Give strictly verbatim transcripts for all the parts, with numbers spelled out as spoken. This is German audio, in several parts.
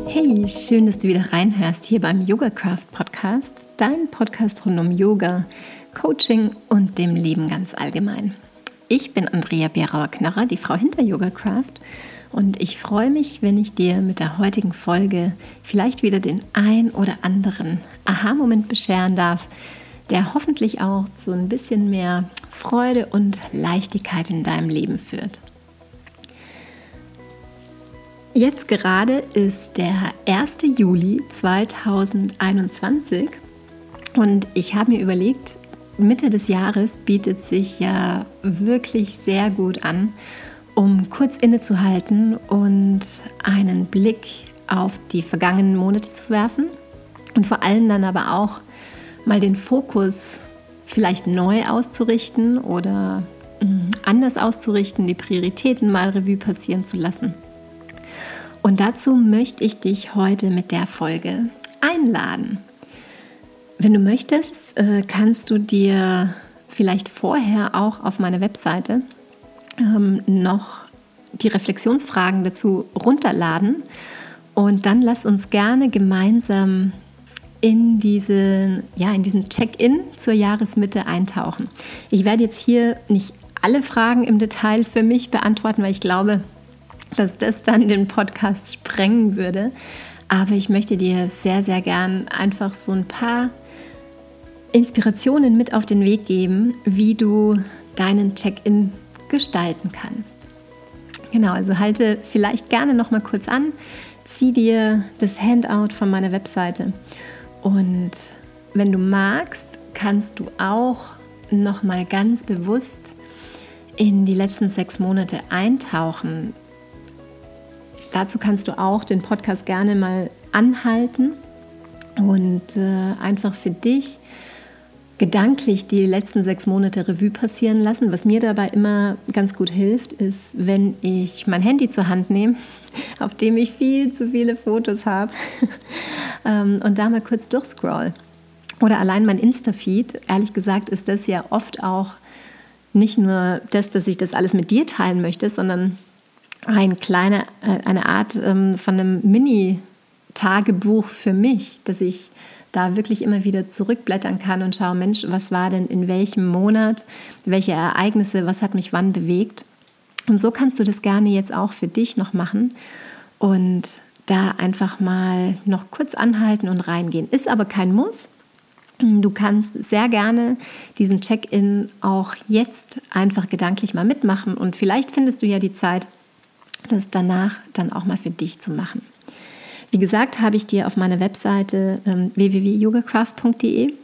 Hey, schön, dass du wieder reinhörst hier beim YogaCraft Podcast, dein Podcast rund um Yoga, Coaching und dem Leben ganz allgemein. Ich bin Andrea Bierauer-Knörrer, die Frau hinter YogaCraft, und ich freue mich, wenn ich dir mit der heutigen Folge vielleicht wieder den ein oder anderen Aha-Moment bescheren darf, der hoffentlich auch zu ein bisschen mehr Freude und Leichtigkeit in deinem Leben führt. Jetzt gerade ist der erste Juli zweitausendeinundzwanzig und ich habe mir überlegt, Mitte des Jahres bietet sich ja wirklich sehr gut an, um kurz innezuhalten und einen Blick auf die vergangenen Monate zu werfen und vor allem dann aber auch mal den Fokus vielleicht neu auszurichten oder anders auszurichten, die Prioritäten mal Revue passieren zu lassen. Und dazu möchte ich dich heute mit der Folge einladen. Wenn du möchtest, kannst du dir vielleicht vorher auch auf meiner Webseite noch die Reflexionsfragen dazu runterladen und dann lass uns gerne gemeinsam in diesen, ja, in diesen Check-in zur Jahresmitte eintauchen. Ich werde jetzt hier nicht alle Fragen im Detail für mich beantworten, weil ich glaube, dass das dann den Podcast sprengen würde. Aber ich möchte dir sehr, sehr gern einfach so ein paar Inspirationen mit auf den Weg geben, wie du deinen Check-in gestalten kannst. Genau, also halte vielleicht gerne noch mal kurz an, zieh dir das Handout von meiner Webseite und wenn du magst, kannst du auch noch mal ganz bewusst in die letzten sechs Monate eintauchen. Dazu kannst du auch den Podcast gerne mal anhalten und äh, einfach für dich gedanklich die letzten sechs Monate Revue passieren lassen. Was mir dabei immer ganz gut hilft, ist, wenn ich mein Handy zur Hand nehme, auf dem ich viel zu viele Fotos habe ähm, und da mal kurz durchscroll. Oder allein mein Insta-Feed. Ehrlich gesagt ist das ja oft auch nicht nur das, dass ich das alles mit dir teilen möchte, sondern ein kleine, eine Art ähm, von einem Mini-Tagebuch für mich, dass ich da wirklich immer wieder zurückblättern kann und schaue, Mensch, was war denn in welchem Monat, welche Ereignisse, was hat mich wann bewegt. Und so kannst du das gerne jetzt auch für dich noch machen und da einfach mal noch kurz anhalten und reingehen. Ist aber kein Muss. Du kannst sehr gerne diesen Check-in auch jetzt einfach gedanklich mal mitmachen und vielleicht findest du ja die Zeit, das danach dann auch mal für dich zu machen. Wie gesagt, habe ich dir auf meiner Webseite ähm, w w w punkt yogacraft punkt d e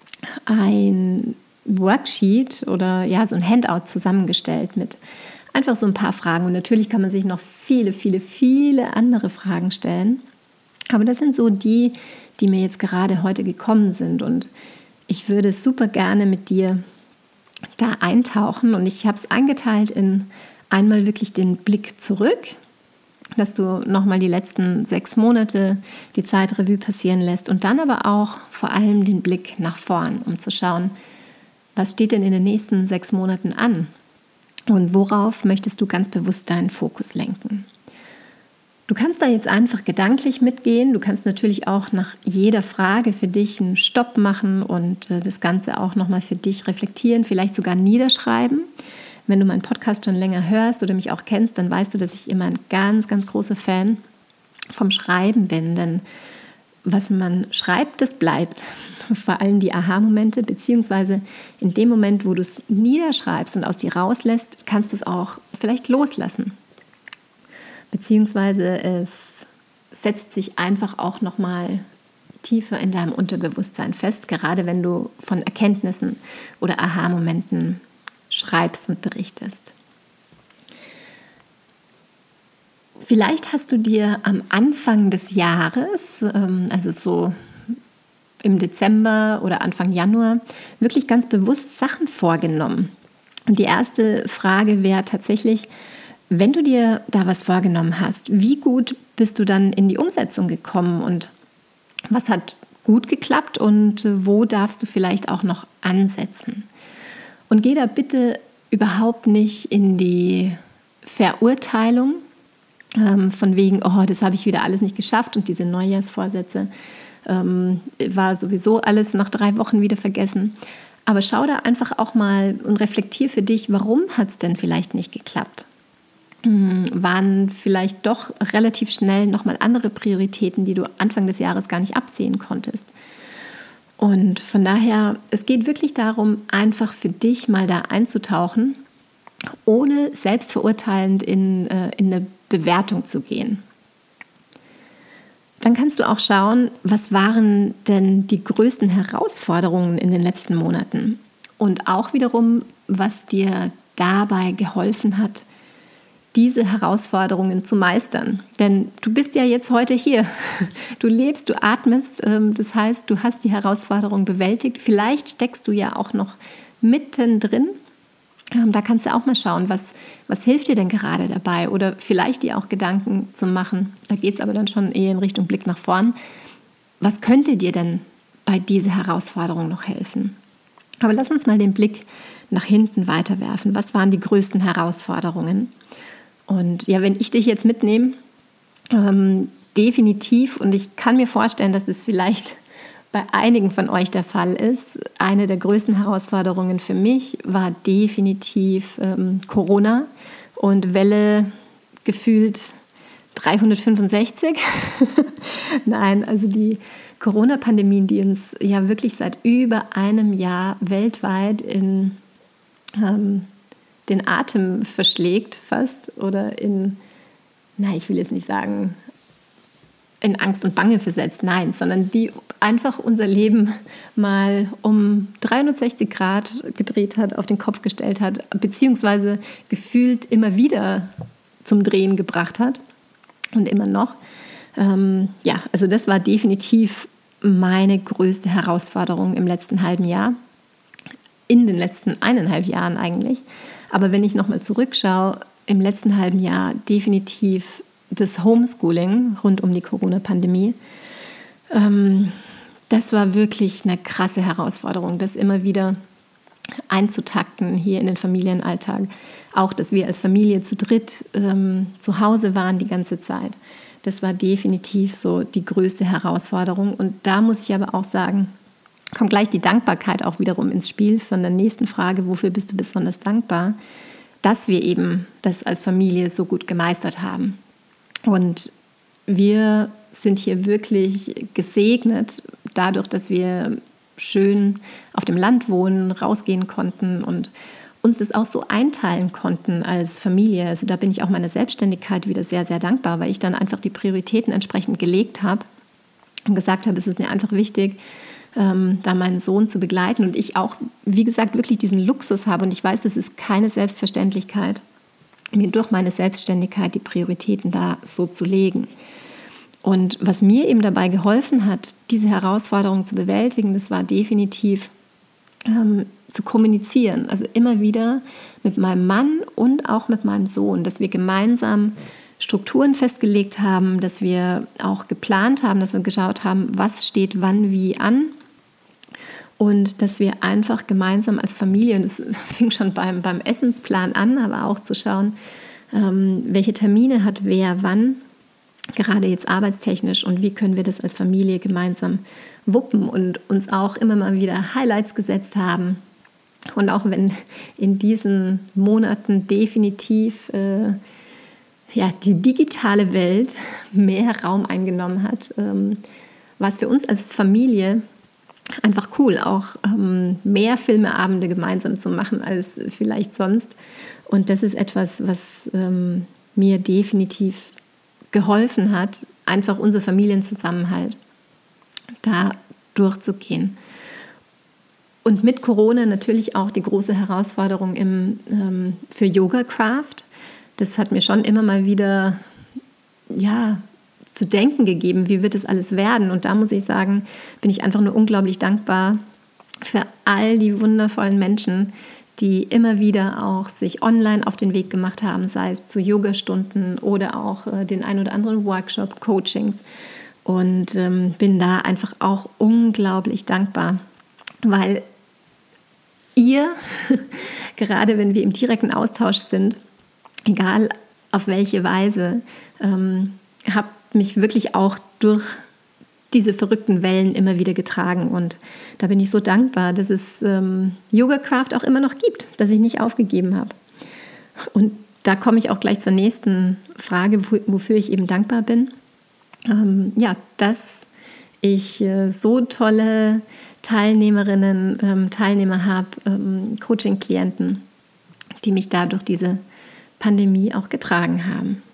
ein Worksheet oder ja, so ein Handout zusammengestellt mit einfach so ein paar Fragen. Und natürlich kann man sich noch viele, viele, viele andere Fragen stellen. Aber das sind so die, die mir jetzt gerade heute gekommen sind. Und ich würde super gerne mit dir da eintauchen. Und ich habe es eingeteilt in einmal wirklich den Blick zurück, dass du nochmal die letzten sechs Monate die Zeit Revue passieren lässt und dann aber auch vor allem den Blick nach vorn, um zu schauen, was steht denn in den nächsten sechs Monaten an und worauf möchtest du ganz bewusst deinen Fokus lenken. Du kannst da jetzt einfach gedanklich mitgehen, du kannst natürlich auch nach jeder Frage für dich einen Stopp machen und das Ganze auch nochmal für dich reflektieren, vielleicht sogar niederschreiben. Wenn du meinen Podcast schon länger hörst oder mich auch kennst, dann weißt du, dass ich immer ein ganz, ganz großer Fan vom Schreiben bin. Denn was man schreibt, das bleibt. Vor allem die Aha-Momente, beziehungsweise in dem Moment, wo du es niederschreibst und aus dir rauslässt, kannst du es auch vielleicht loslassen. Beziehungsweise es setzt sich einfach auch nochmal tiefer in deinem Unterbewusstsein fest, gerade wenn du von Erkenntnissen oder Aha-Momenten schreibst und berichtest. Vielleicht hast du dir am Anfang des Jahres, also so im Dezember oder Anfang Januar, wirklich ganz bewusst Sachen vorgenommen. Und die erste Frage wäre tatsächlich, wenn du dir da was vorgenommen hast, wie gut bist du dann in die Umsetzung gekommen und was hat gut geklappt und wo darfst du vielleicht auch noch ansetzen? Und geh da bitte überhaupt nicht in die Verurteilung, ähm, von wegen, oh, das habe ich wieder alles nicht geschafft und diese Neujahrsvorsätze ähm, war sowieso alles nach drei Wochen wieder vergessen. Aber schau da einfach auch mal und reflektier für dich, warum hat es denn vielleicht nicht geklappt? Hm, waren vielleicht doch relativ schnell nochmal andere Prioritäten, die du Anfang des Jahres gar nicht absehen konntest? Und von daher, es geht wirklich darum, einfach für dich mal da einzutauchen, ohne selbstverurteilend in, äh, in eine Bewertung zu gehen. Dann kannst du auch schauen, was waren denn die größten Herausforderungen in den letzten Monaten und auch wiederum, was dir dabei geholfen hat, diese Herausforderungen zu meistern. Denn du bist ja jetzt heute hier. Du lebst, du atmest, das heißt, du hast die Herausforderung bewältigt. Vielleicht steckst du ja auch noch mittendrin. Da kannst du auch mal schauen, was, was hilft dir denn gerade dabei oder vielleicht dir auch Gedanken zu machen. Da geht es aber dann schon eher in Richtung Blick nach vorn. Was könnte dir denn bei dieser Herausforderung noch helfen? Aber lass uns mal den Blick nach hinten weiterwerfen. Was waren die größten Herausforderungen? Und ja, wenn ich dich jetzt mitnehme, ähm, definitiv, und ich kann mir vorstellen, dass es vielleicht bei einigen von euch der Fall ist, eine der größten Herausforderungen für mich war definitiv ähm, Corona und Welle gefühlt dreihundertfünfundsechzig. Nein, also die Corona-Pandemie, die uns ja wirklich seit über einem Jahr weltweit in ähm, den Atem verschlägt fast oder in, na, ich will jetzt nicht sagen, in Angst und Bange versetzt, nein, sondern die einfach unser Leben mal um dreihundertsechzig Grad gedreht hat, auf den Kopf gestellt hat, beziehungsweise gefühlt immer wieder zum Drehen gebracht hat und immer noch. Ähm, ja, also das war definitiv meine größte Herausforderung im letzten halben Jahr, in den letzten eineinhalb Jahren eigentlich. Aber wenn ich nochmal zurückschaue, im letzten halben Jahr definitiv das Homeschooling rund um die Corona-Pandemie. Ähm, das war wirklich eine krasse Herausforderung, das immer wieder einzutakten hier in den Familienalltag. Auch, dass wir als Familie zu dritt ähm, zu Hause waren die ganze Zeit. Das war definitiv so die größte Herausforderung. Und da muss ich aber auch sagen, kommt gleich die Dankbarkeit auch wiederum ins Spiel von der nächsten Frage, wofür bist du besonders dankbar, dass wir eben das als Familie so gut gemeistert haben. Und wir sind hier wirklich gesegnet dadurch, dass wir schön auf dem Land wohnen, rausgehen konnten und uns das auch so einteilen konnten als Familie. Also da bin ich auch meiner Selbstständigkeit wieder sehr, sehr dankbar, weil ich dann einfach die Prioritäten entsprechend gelegt habe und gesagt habe, es ist mir einfach wichtig, ähm, da meinen Sohn zu begleiten. Und ich auch, wie gesagt, wirklich diesen Luxus habe. Und ich weiß, das ist keine Selbstverständlichkeit, mir durch meine Selbstständigkeit die Prioritäten da so zu legen. Und was mir eben dabei geholfen hat, diese Herausforderung zu bewältigen, das war definitiv ähm, zu kommunizieren. Also immer wieder mit meinem Mann und auch mit meinem Sohn, dass wir gemeinsam Strukturen festgelegt haben, dass wir auch geplant haben, dass wir geschaut haben, was steht wann wie an. Und dass wir einfach gemeinsam als Familie, und es fing schon beim, beim Essensplan an, aber auch zu schauen, ähm, welche Termine hat wer wann, gerade jetzt arbeitstechnisch, und wie können wir das als Familie gemeinsam wuppen und uns auch immer mal wieder Highlights gesetzt haben. Und auch wenn in diesen Monaten definitiv äh, ja, die digitale Welt mehr Raum eingenommen hat, ähm, war es für uns als Familie einfach cool, auch ähm, mehr Filmeabende gemeinsam zu machen als vielleicht sonst. Und das ist etwas, was ähm, mir definitiv geholfen hat, einfach unser Familienzusammenhalt da durchzugehen. Und mit Corona natürlich auch die große Herausforderung im, ähm, für Yoga Craft. Das hat mir schon immer mal wieder, ja, zu denken gegeben, wie wird es alles werden. Und da muss ich sagen, bin ich einfach nur unglaublich dankbar für all die wundervollen Menschen, die immer wieder auch sich online auf den Weg gemacht haben, sei es zu Yogastunden oder auch äh, den ein oder anderen Workshop, Coachings. Und ähm, bin da einfach auch unglaublich dankbar, weil ihr, gerade wenn wir im direkten Austausch sind, egal auf welche Weise, ähm, habe mich wirklich auch durch diese verrückten Wellen immer wieder getragen. Und da bin ich so dankbar, dass es ähm, Yogacraft auch immer noch gibt, dass ich nicht aufgegeben habe. Und da komme ich auch gleich zur nächsten Frage, wofür ich eben dankbar bin. Ähm, ja, dass ich äh, so tolle Teilnehmerinnen, ähm, Teilnehmer habe, ähm, Coaching-Klienten, die mich da durch diese Pandemie auch getragen haben.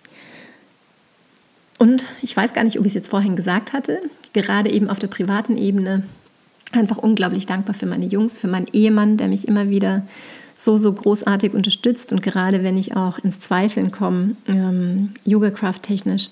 Und ich weiß gar nicht, ob ich es jetzt vorhin gesagt hatte, gerade eben auf der privaten Ebene einfach unglaublich dankbar für meine Jungs, für meinen Ehemann, der mich immer wieder so, so großartig unterstützt. Und gerade wenn ich auch ins Zweifeln komme, ähm, Yogacraft technisch,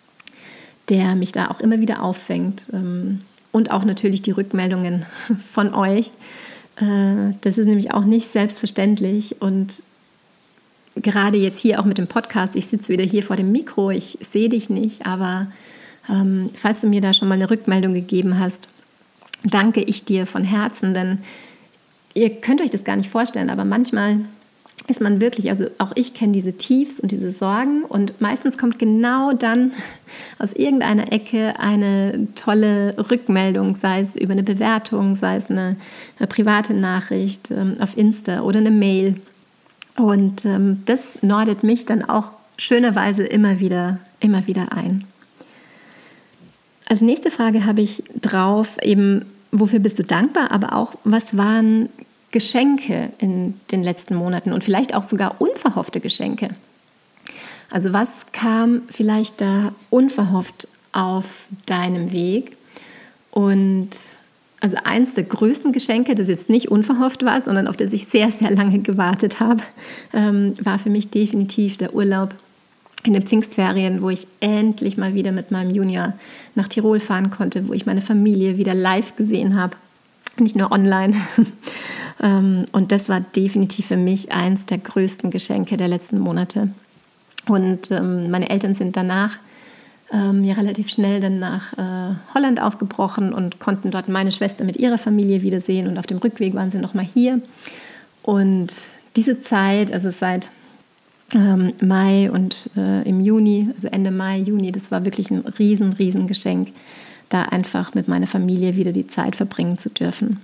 der mich da auch immer wieder auffängt. Ähm, und auch natürlich die Rückmeldungen von euch. Äh, das ist nämlich auch nicht selbstverständlich. Und gerade jetzt hier auch mit dem Podcast, ich sitze wieder hier vor dem Mikro, ich sehe dich nicht, aber ähm, falls du mir da schon mal eine Rückmeldung gegeben hast, danke ich dir von Herzen, denn ihr könnt euch das gar nicht vorstellen, aber manchmal ist man wirklich, also auch ich kenne diese Tiefs und diese Sorgen und meistens kommt genau dann aus irgendeiner Ecke eine tolle Rückmeldung, sei es über eine Bewertung, sei es eine, eine private Nachricht ähm, auf Insta oder eine Mail. Und ähm, das nordet mich dann auch schönerweise immer wieder, immer wieder ein. Als nächste Frage habe ich drauf eben, wofür bist du dankbar, aber auch, was waren Geschenke in den letzten Monaten und vielleicht auch sogar unverhoffte Geschenke. Also was kam vielleicht da unverhofft auf deinem Weg? Und also eins der größten Geschenke, das jetzt nicht unverhofft war, sondern auf das ich sehr, sehr lange gewartet habe, ähm, war für mich definitiv der Urlaub in den Pfingstferien, wo ich endlich mal wieder mit meinem Junior nach Tirol fahren konnte, wo ich meine Familie wieder live gesehen habe, nicht nur online. Und das war definitiv für mich eins der größten Geschenke der letzten Monate. Und ähm, meine Eltern sind danach ähm, ja relativ schnell dann nach äh, Holland aufgebrochen und konnten dort meine Schwester mit ihrer Familie wiedersehen. Und auf dem Rückweg waren sie nochmal hier. Und diese Zeit, also seit ähm, Mai und äh, im Juni, also Ende Mai, Juni, das war wirklich ein riesen, riesen Geschenk, da einfach mit meiner Familie wieder die Zeit verbringen zu dürfen.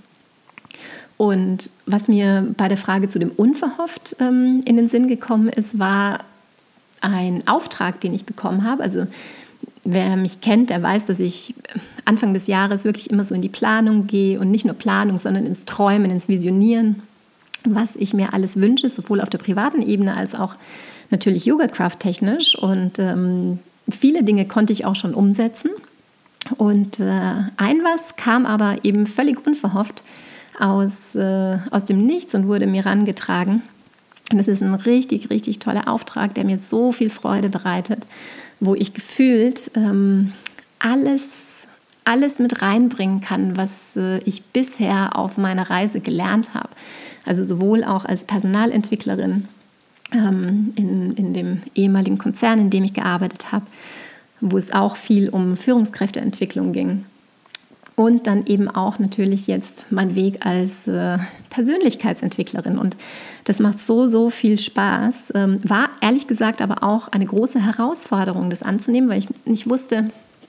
Und was mir bei der Frage zu dem Unverhofft ähm, in den Sinn gekommen ist, war ein Auftrag, den ich bekommen habe. Also wer mich kennt, der weiß, dass ich Anfang des Jahres wirklich immer so in die Planung gehe und nicht nur Planung, sondern ins Träumen, ins Visionieren, was ich mir alles wünsche, sowohl auf der privaten Ebene als auch natürlich Yogacraft technisch. Und ähm, viele Dinge konnte ich auch schon umsetzen. Und äh, ein was kam aber eben völlig unverhofft aus, äh, aus dem Nichts und wurde mir herangetragen. Und das ist ein richtig, richtig toller Auftrag, der mir so viel Freude bereitet, wo ich gefühlt ähm, alles, alles mit reinbringen kann, was äh, ich bisher auf meiner Reise gelernt habe. Also sowohl auch als Personalentwicklerin ähm, in, in dem ehemaligen Konzern, in dem ich gearbeitet habe, wo es auch viel um Führungskräfteentwicklung ging. Und dann eben auch natürlich jetzt mein Weg als äh, Persönlichkeitsentwicklerin. Und das macht so, so viel Spaß. Ähm, war ehrlich gesagt aber auch eine große Herausforderung, das anzunehmen, weil ich nicht wusste,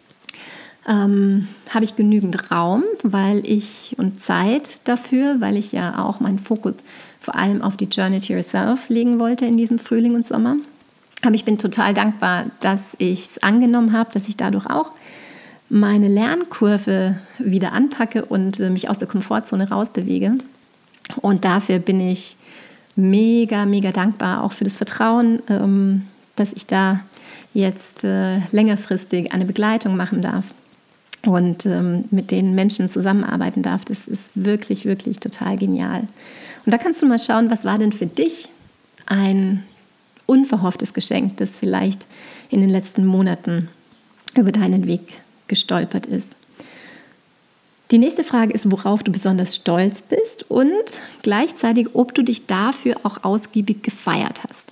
ähm, habe ich genügend Raum, weil ich und Zeit dafür, weil ich ja auch meinen Fokus vor allem auf die Journey to Yourself legen wollte in diesem Frühling und Sommer. Aber ich bin total dankbar, dass ich es angenommen habe, dass ich dadurch auch meine Lernkurve wieder anpacke und äh, mich aus der Komfortzone rausbewege. Und dafür bin ich mega, mega dankbar, auch für das Vertrauen, ähm, dass ich da jetzt äh, längerfristig eine Begleitung machen darf und ähm, mit den Menschen zusammenarbeiten darf. Das ist wirklich, wirklich total genial. Und da kannst du mal schauen, was war denn für dich ein unverhofftes Geschenk, das vielleicht in den letzten Monaten über deinen Weg gestolpert ist. Die nächste Frage ist, worauf du besonders stolz bist und gleichzeitig, ob du dich dafür auch ausgiebig gefeiert hast.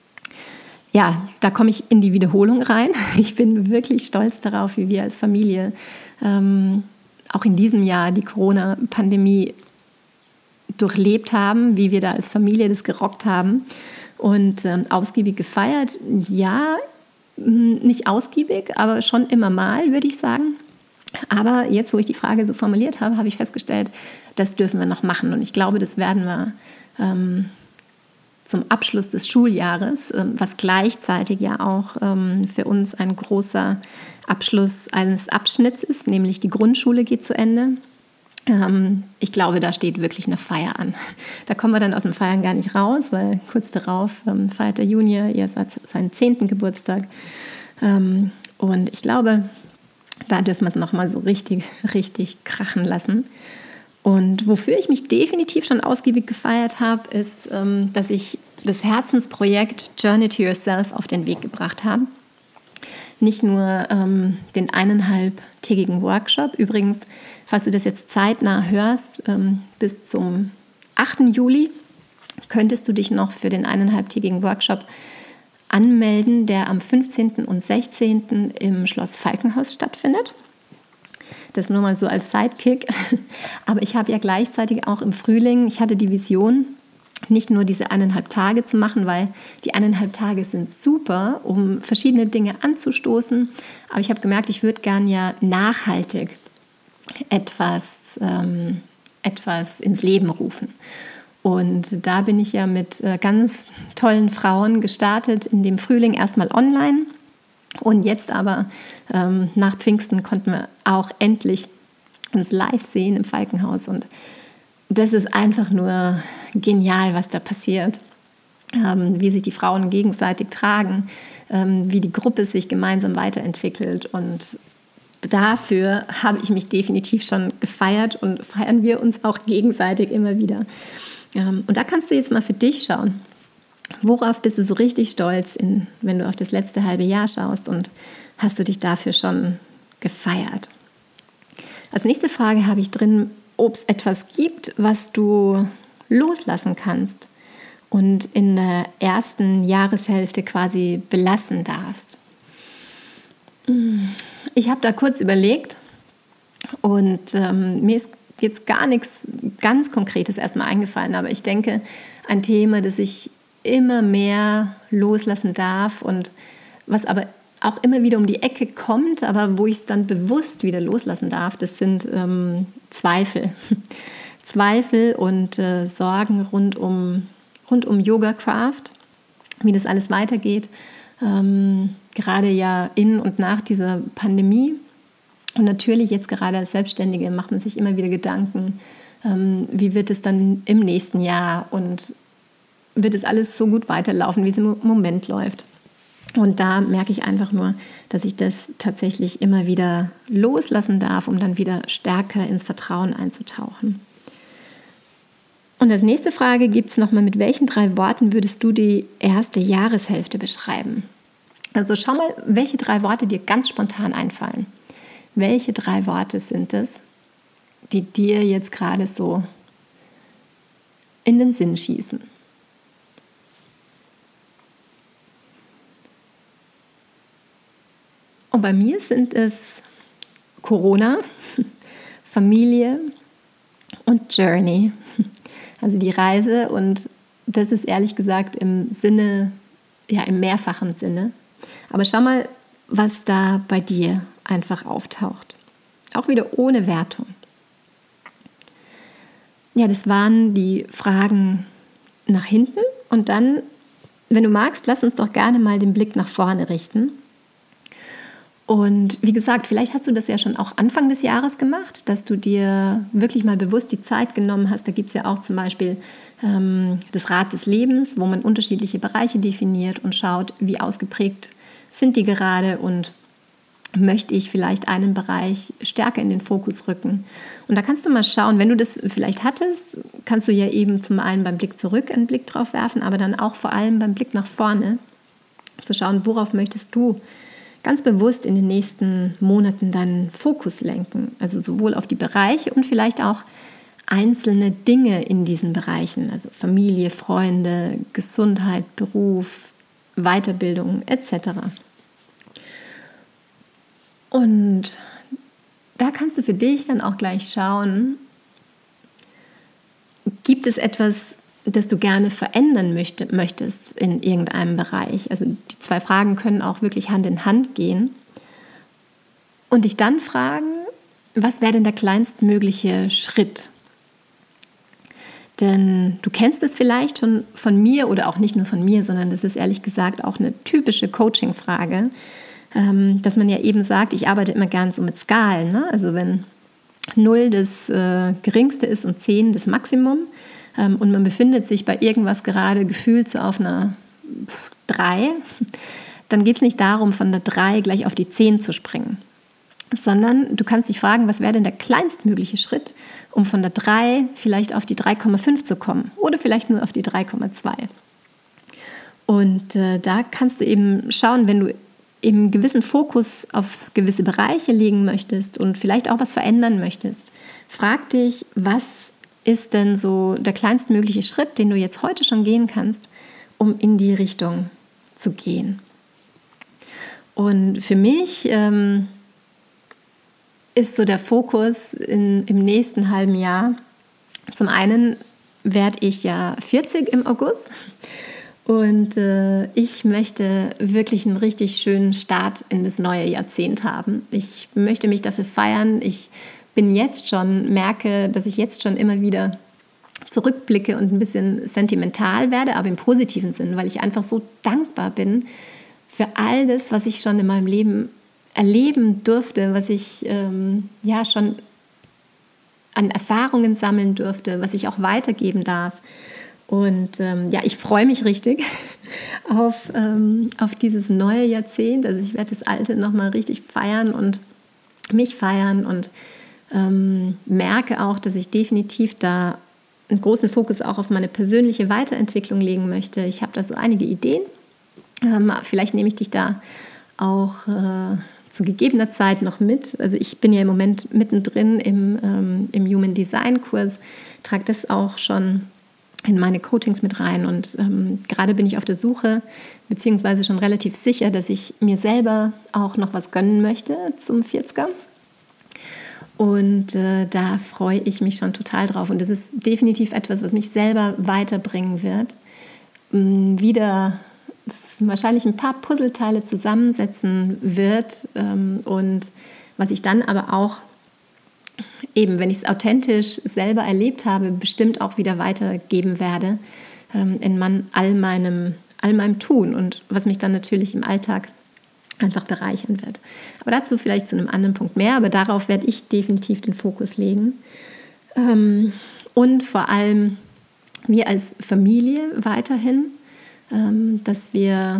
Ja, da komme ich in die Wiederholung rein. Ich bin wirklich stolz darauf, wie wir als Familie ähm, auch in diesem Jahr die Corona-Pandemie durchlebt haben, wie wir da als Familie das gerockt haben. Und ähm, ausgiebig gefeiert, ja, nicht ausgiebig, aber schon immer mal, würde ich sagen. Aber jetzt, wo ich die Frage so formuliert habe, habe ich festgestellt, das dürfen wir noch machen. Und ich glaube, das werden wir ähm, zum Abschluss des Schuljahres, ähm, was gleichzeitig ja auch ähm, für uns ein großer Abschluss eines Abschnitts ist, nämlich die Grundschule geht zu Ende. Ähm, ich glaube, da steht wirklich eine Feier an. Da kommen wir dann aus dem Feiern gar nicht raus, weil kurz darauf ähm, feiert der Junior ihr seinen zehnten Geburtstag. Ähm, und ich glaube, da dürfen wir es nochmal so richtig, richtig krachen lassen. Und wofür ich mich definitiv schon ausgiebig gefeiert habe, ist, ähm, dass ich das Herzensprojekt Journey to Yourself auf den Weg gebracht habe. Nicht nur ähm, den eineinhalbtägigen Workshop. Übrigens, falls du das jetzt zeitnah hörst, ähm, bis zum achten Juli könntest du dich noch für den eineinhalbtägigen Workshop anmelden, der am fünfzehnten und sechzehnten im Schloss Falkenhaus stattfindet. Das nur mal so als Sidekick. Aber ich habe ja gleichzeitig auch im Frühling, ich hatte die Vision, nicht nur diese eineinhalb Tage zu machen, weil die eineinhalb Tage sind super, um verschiedene Dinge anzustoßen. Aber ich habe gemerkt, ich würde gern ja nachhaltig etwas, ähm, etwas ins Leben rufen. Und da bin ich ja mit äh, ganz tollen Frauen gestartet, in dem Frühling erstmal online. Und jetzt aber ähm, nach Pfingsten konnten wir auch endlich uns live sehen im Falkenhaus. Und das ist einfach nur genial, was da passiert. Ähm, wie sich die Frauen gegenseitig tragen, ähm, wie die Gruppe sich gemeinsam weiterentwickelt. Und dafür habe ich mich definitiv schon gefeiert und feiern wir uns auch gegenseitig immer wieder. Ähm, und da kannst du jetzt mal für dich schauen. Worauf bist du so richtig stolz, in, wenn du auf das letzte halbe Jahr schaust, und hast du dich dafür schon gefeiert? Als nächste Frage habe ich drin, ob es etwas gibt, was du loslassen kannst und in der ersten Jahreshälfte quasi belassen darfst. Ich habe da kurz überlegt und ähm, mir ist jetzt gar nichts ganz Konkretes erstmal eingefallen, aber ich denke, ein Thema, das ich immer mehr loslassen darf und was aber auch immer wieder um die Ecke kommt, aber wo ich es dann bewusst wieder loslassen darf, das sind ähm, Zweifel. Zweifel und äh, Sorgen rund um, rund um Yoga Craft, wie das alles weitergeht, ähm, gerade ja in und nach dieser Pandemie. Und natürlich jetzt gerade als Selbstständige macht man sich immer wieder Gedanken, ähm, wie wird es dann im nächsten Jahr und wird es alles so gut weiterlaufen, wie es im Moment läuft. Und da merke ich einfach nur, dass ich das tatsächlich immer wieder loslassen darf, um dann wieder stärker ins Vertrauen einzutauchen. Und als nächste Frage gibt es nochmal, mit welchen drei Worten würdest du die erste Jahreshälfte beschreiben? Also schau mal, welche drei Worte dir ganz spontan einfallen. Welche drei Worte sind es, die dir jetzt gerade so in den Sinn schießen? Und bei mir sind es Corona, Familie und Journey. Also die Reise, und das ist ehrlich gesagt im Sinne, ja im mehrfachen Sinne. Aber schau mal, was da bei dir einfach auftaucht. Auch wieder ohne Wertung. Ja, das waren die Fragen nach hinten, und dann, wenn du magst, lass uns doch gerne mal den Blick nach vorne richten. Und wie gesagt, vielleicht hast du das ja schon auch Anfang des Jahres gemacht, dass du dir wirklich mal bewusst die Zeit genommen hast. Da gibt es ja auch zum Beispiel ähm, das Rad des Lebens, wo man unterschiedliche Bereiche definiert und schaut, wie ausgeprägt sind die gerade und möchte ich vielleicht einen Bereich stärker in den Fokus rücken. Und da kannst du mal schauen, wenn du das vielleicht hattest, kannst du ja eben zum einen beim Blick zurück einen Blick drauf werfen, aber dann auch vor allem beim Blick nach vorne zu schauen, worauf möchtest du ganz bewusst in den nächsten Monaten deinen Fokus lenken. Also sowohl auf die Bereiche und vielleicht auch einzelne Dinge in diesen Bereichen, also Familie, Freunde, Gesundheit, Beruf, Weiterbildung et cetera. Und da kannst du für dich dann auch gleich schauen, gibt es etwas, das du gerne verändern möchte, möchtest in irgendeinem Bereich. Also die zwei Fragen können auch wirklich Hand in Hand gehen. Und dich dann fragen, was wäre denn der kleinstmögliche Schritt? Denn du kennst es vielleicht schon von mir oder auch nicht nur von mir, sondern das ist ehrlich gesagt auch eine typische Coaching-Frage, dass man ja eben sagt, ich arbeite immer gern so mit Skalen. Ne? Also wenn null das äh, geringste ist und zehn das Maximum ähm, und man befindet sich bei irgendwas gerade gefühlt so auf einer drei, dann geht es nicht darum, von der drei gleich auf die zehn zu springen, sondern du kannst dich fragen, was wäre denn der kleinstmögliche Schritt, um von der drei vielleicht auf die drei Komma fünf zu kommen oder vielleicht nur auf die drei Komma zwei. Und äh, da kannst du eben schauen, wenn du eben gewissen Fokus auf gewisse Bereiche legen möchtest und vielleicht auch was verändern möchtest, frag dich, was ist denn so der kleinstmögliche Schritt, den du jetzt heute schon gehen kannst, um in die Richtung zu gehen. Und für mich ähm, ist so der Fokus in, im nächsten halben Jahr, zum einen werde ich ja vierzig im August. Und äh, ich möchte wirklich einen richtig schönen Start in das neue Jahrzehnt haben. Ich möchte mich dafür feiern. Ich bin jetzt schon, merke, dass ich jetzt schon immer wieder zurückblicke und ein bisschen sentimental werde, aber im positiven Sinn, weil ich einfach so dankbar bin für all das, was ich schon in meinem Leben erleben durfte, was ich ähm, ja schon an Erfahrungen sammeln durfte, was ich auch weitergeben darf. Und ähm, ja, ich freue mich richtig auf, ähm, auf dieses neue Jahrzehnt. Also ich werde das alte nochmal richtig feiern und mich feiern und ähm, merke auch, dass ich definitiv da einen großen Fokus auch auf meine persönliche Weiterentwicklung legen möchte. Ich habe da so einige Ideen. Ähm, vielleicht nehme ich dich da auch äh, zu gegebener Zeit noch mit. Also ich bin ja im Moment mittendrin im, ähm, im Human Design Kurs, trage das auch schon in meine Coachings mit rein und ähm, gerade bin ich auf der Suche, beziehungsweise schon relativ sicher, dass ich mir selber auch noch was gönnen möchte zum vierziger. Und äh, da freue ich mich schon total drauf. Und das ist definitiv etwas, was mich selber weiterbringen wird. Ähm, wieder wahrscheinlich ein paar Puzzleteile zusammensetzen wird ähm, und was ich dann aber auch eben, wenn ich es authentisch selber erlebt habe, bestimmt auch wieder weitergeben werde ähm, in man, all, meinem, all meinem Tun und was mich dann natürlich im Alltag einfach bereichern wird. Aber dazu vielleicht zu einem anderen Punkt mehr, aber darauf werde ich definitiv den Fokus legen. Ähm, und vor allem wir als Familie weiterhin, ähm, dass wir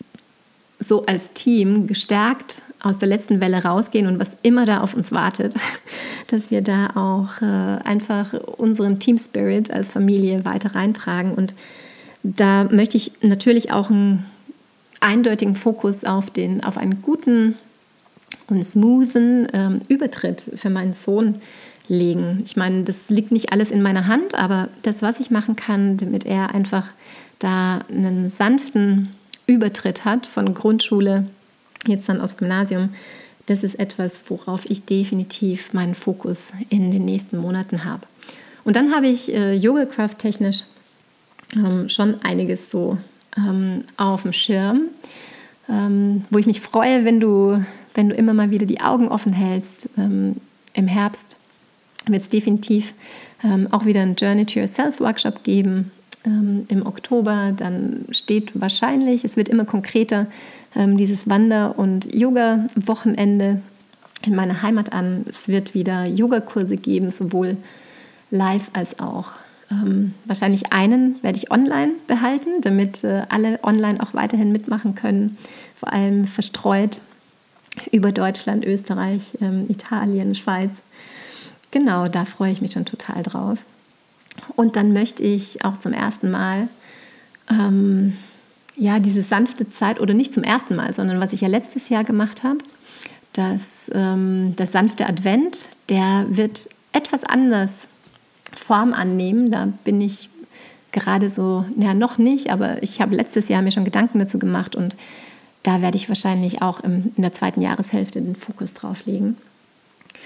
so als Team gestärkt aus der letzten Welle rausgehen und was immer da auf uns wartet, dass wir da auch äh, einfach unseren Team Spirit als Familie weiter reintragen. Und da möchte ich natürlich auch einen eindeutigen Fokus auf, den, auf einen guten und smoothen ähm, Übertritt für meinen Sohn legen. Ich meine, das liegt nicht alles in meiner Hand, aber das, was ich machen kann, damit er einfach da einen sanften Übertritt hat von Grundschule jetzt dann aufs Gymnasium, das ist etwas, worauf ich definitiv meinen Fokus in den nächsten Monaten habe. Und dann habe ich äh, Yoga-Craft-technisch ähm, schon einiges so ähm, auf dem Schirm, ähm, wo ich mich freue, wenn du, wenn du immer mal wieder die Augen offen hältst. Ähm, im Herbst wird es definitiv ähm, auch wieder einen Journey to Yourself Workshop geben. Ähm, Im Oktober, dann steht wahrscheinlich, es wird immer konkreter, ähm, dieses Wander- und Yoga-Wochenende in meiner Heimat an. Es wird wieder Yogakurse geben, sowohl live als auch ähm, wahrscheinlich einen werde ich online behalten, damit äh, alle online auch weiterhin mitmachen können, vor allem verstreut über Deutschland, Österreich, ähm, Italien, Schweiz. Genau, da freue ich mich schon total drauf. Und dann möchte ich auch zum ersten Mal ähm, ja, diese sanfte Zeit, oder nicht zum ersten Mal, sondern was ich ja letztes Jahr gemacht habe, das, ähm, das sanfte Advent, der wird etwas anders Form annehmen. Da bin ich gerade so, ja noch nicht, aber ich habe letztes Jahr mir schon Gedanken dazu gemacht und da werde ich wahrscheinlich auch im, in der zweiten Jahreshälfte den Fokus drauf legen.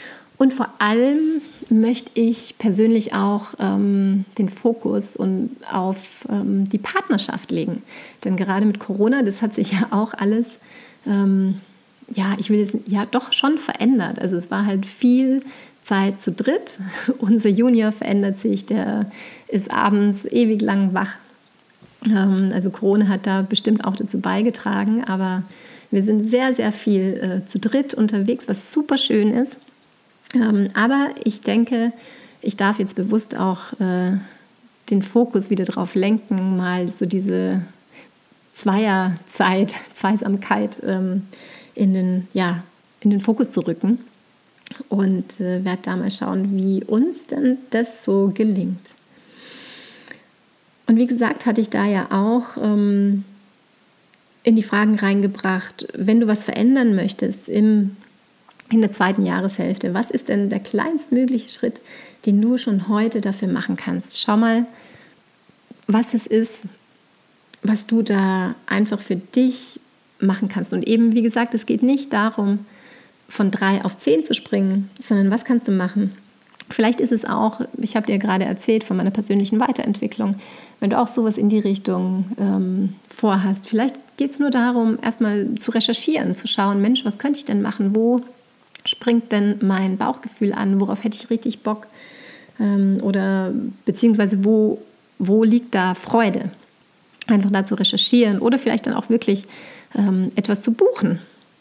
Und vor allem möchte ich persönlich auch ähm, den Fokus und auf ähm, die Partnerschaft legen. Denn gerade mit Corona, das hat sich ja auch alles, ähm, ja, ich will jetzt, ja doch schon verändert. Also es war halt viel Zeit zu dritt. Unser Junior verändert sich, der ist abends ewig lang wach. Ähm, also Corona hat da bestimmt auch dazu beigetragen, aber wir sind sehr, sehr viel äh, zu dritt unterwegs, was super schön ist. Ähm, aber ich denke, ich darf jetzt bewusst auch äh, den Fokus wieder drauf lenken, mal so diese Zweierzeit, Zweisamkeit ähm, in den, ja, in den Fokus zu rücken und äh, werde da mal schauen, wie uns denn das so gelingt. Und wie gesagt, hatte ich da ja auch ähm, in die Fragen reingebracht, wenn du was verändern möchtest im in der zweiten Jahreshälfte. Was ist denn der kleinstmögliche Schritt, den du schon heute dafür machen kannst? Schau mal, was es ist, was du da einfach für dich machen kannst. Und eben, wie gesagt, es geht nicht darum, von drei auf zehn zu springen, sondern was kannst du machen? Vielleicht ist es auch, ich habe dir gerade erzählt von meiner persönlichen Weiterentwicklung, wenn du auch sowas in die Richtung ähm, vorhast. Vielleicht geht es nur darum, erstmal zu recherchieren, zu schauen, Mensch, was könnte ich denn machen? Wo springt denn mein Bauchgefühl an? Worauf hätte ich richtig Bock? Ähm, oder beziehungsweise wo, wo liegt da Freude? Einfach da zu recherchieren oder vielleicht dann auch wirklich ähm, etwas zu buchen.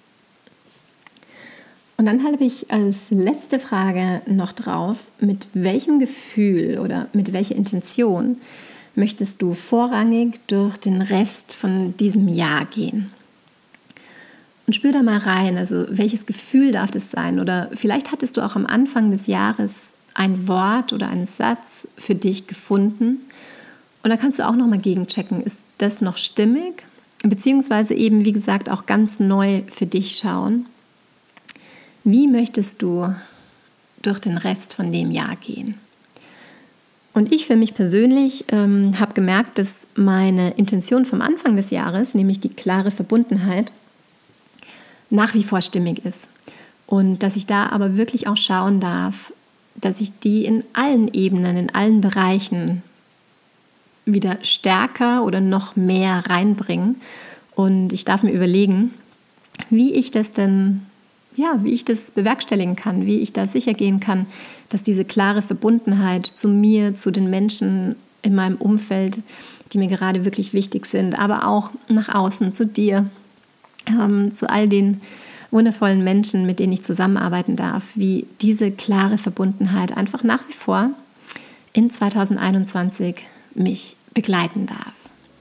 Und dann habe ich als letzte Frage noch drauf, mit welchem Gefühl oder mit welcher Intention möchtest du vorrangig durch den Rest von diesem Jahr gehen? Und spür da mal rein, also welches Gefühl darf das sein? Oder vielleicht hattest du auch am Anfang des Jahres ein Wort oder einen Satz für dich gefunden. Und da kannst du auch nochmal gegenchecken, ist das noch stimmig? Beziehungsweise eben, wie gesagt, auch ganz neu für dich schauen. Wie möchtest du durch den Rest von dem Jahr gehen? Und ich für mich persönlich ähm, habe gemerkt, dass meine Intention vom Anfang des Jahres, nämlich die klare Verbundenheit, nach wie vor stimmig ist. Und dass ich da aber wirklich auch schauen darf, dass ich die in allen Ebenen, in allen Bereichen wieder stärker oder noch mehr reinbringe. Und ich darf mir überlegen, wie ich das denn, ja, wie ich das bewerkstelligen kann, wie ich da sicher gehen kann, dass diese klare Verbundenheit zu mir, zu den Menschen in meinem Umfeld, die mir gerade wirklich wichtig sind, aber auch nach außen, zu dir, ähm, zu all den wundervollen Menschen, mit denen ich zusammenarbeiten darf, wie diese klare Verbundenheit einfach nach wie vor in zwanzig einundzwanzig mich begleiten darf.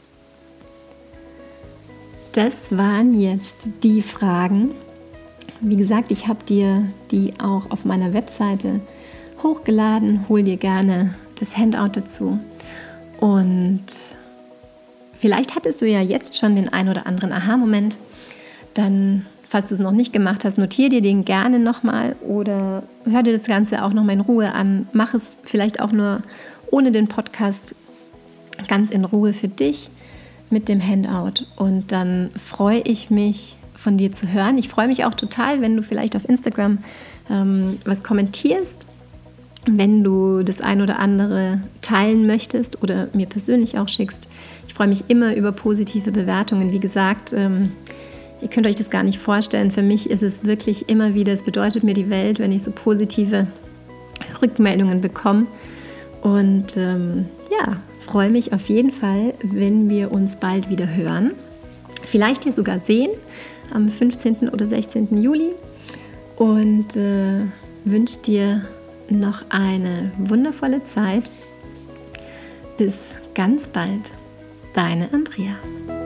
Das waren jetzt die Fragen. Wie gesagt, ich habe dir die auch auf meiner Webseite hochgeladen. Hol dir gerne das Handout dazu. Und vielleicht hattest du ja jetzt schon den ein oder anderen Aha-Moment. Dann, falls du es noch nicht gemacht hast, notiere dir den gerne nochmal oder hör dir das Ganze auch nochmal in Ruhe an. Mach es vielleicht auch nur ohne den Podcast ganz in Ruhe für dich mit dem Handout. Und dann freue ich mich, von dir zu hören. Ich freue mich auch total, wenn du vielleicht auf Instagram ähm, was kommentierst, wenn du das ein oder andere teilen möchtest oder mir persönlich auch schickst. Ich freue mich immer über positive Bewertungen. Wie gesagt, ähm, ihr könnt euch das gar nicht vorstellen. Für mich ist es wirklich immer wieder, es bedeutet mir die Welt, wenn ich so positive Rückmeldungen bekomme. Und ähm, ja, freue mich auf jeden Fall, wenn wir uns bald wieder hören. Vielleicht ja sogar sehen am fünfzehnten oder sechzehnten Juli und äh, wünsche dir noch eine wundervolle Zeit. Bis ganz bald, deine Andrea.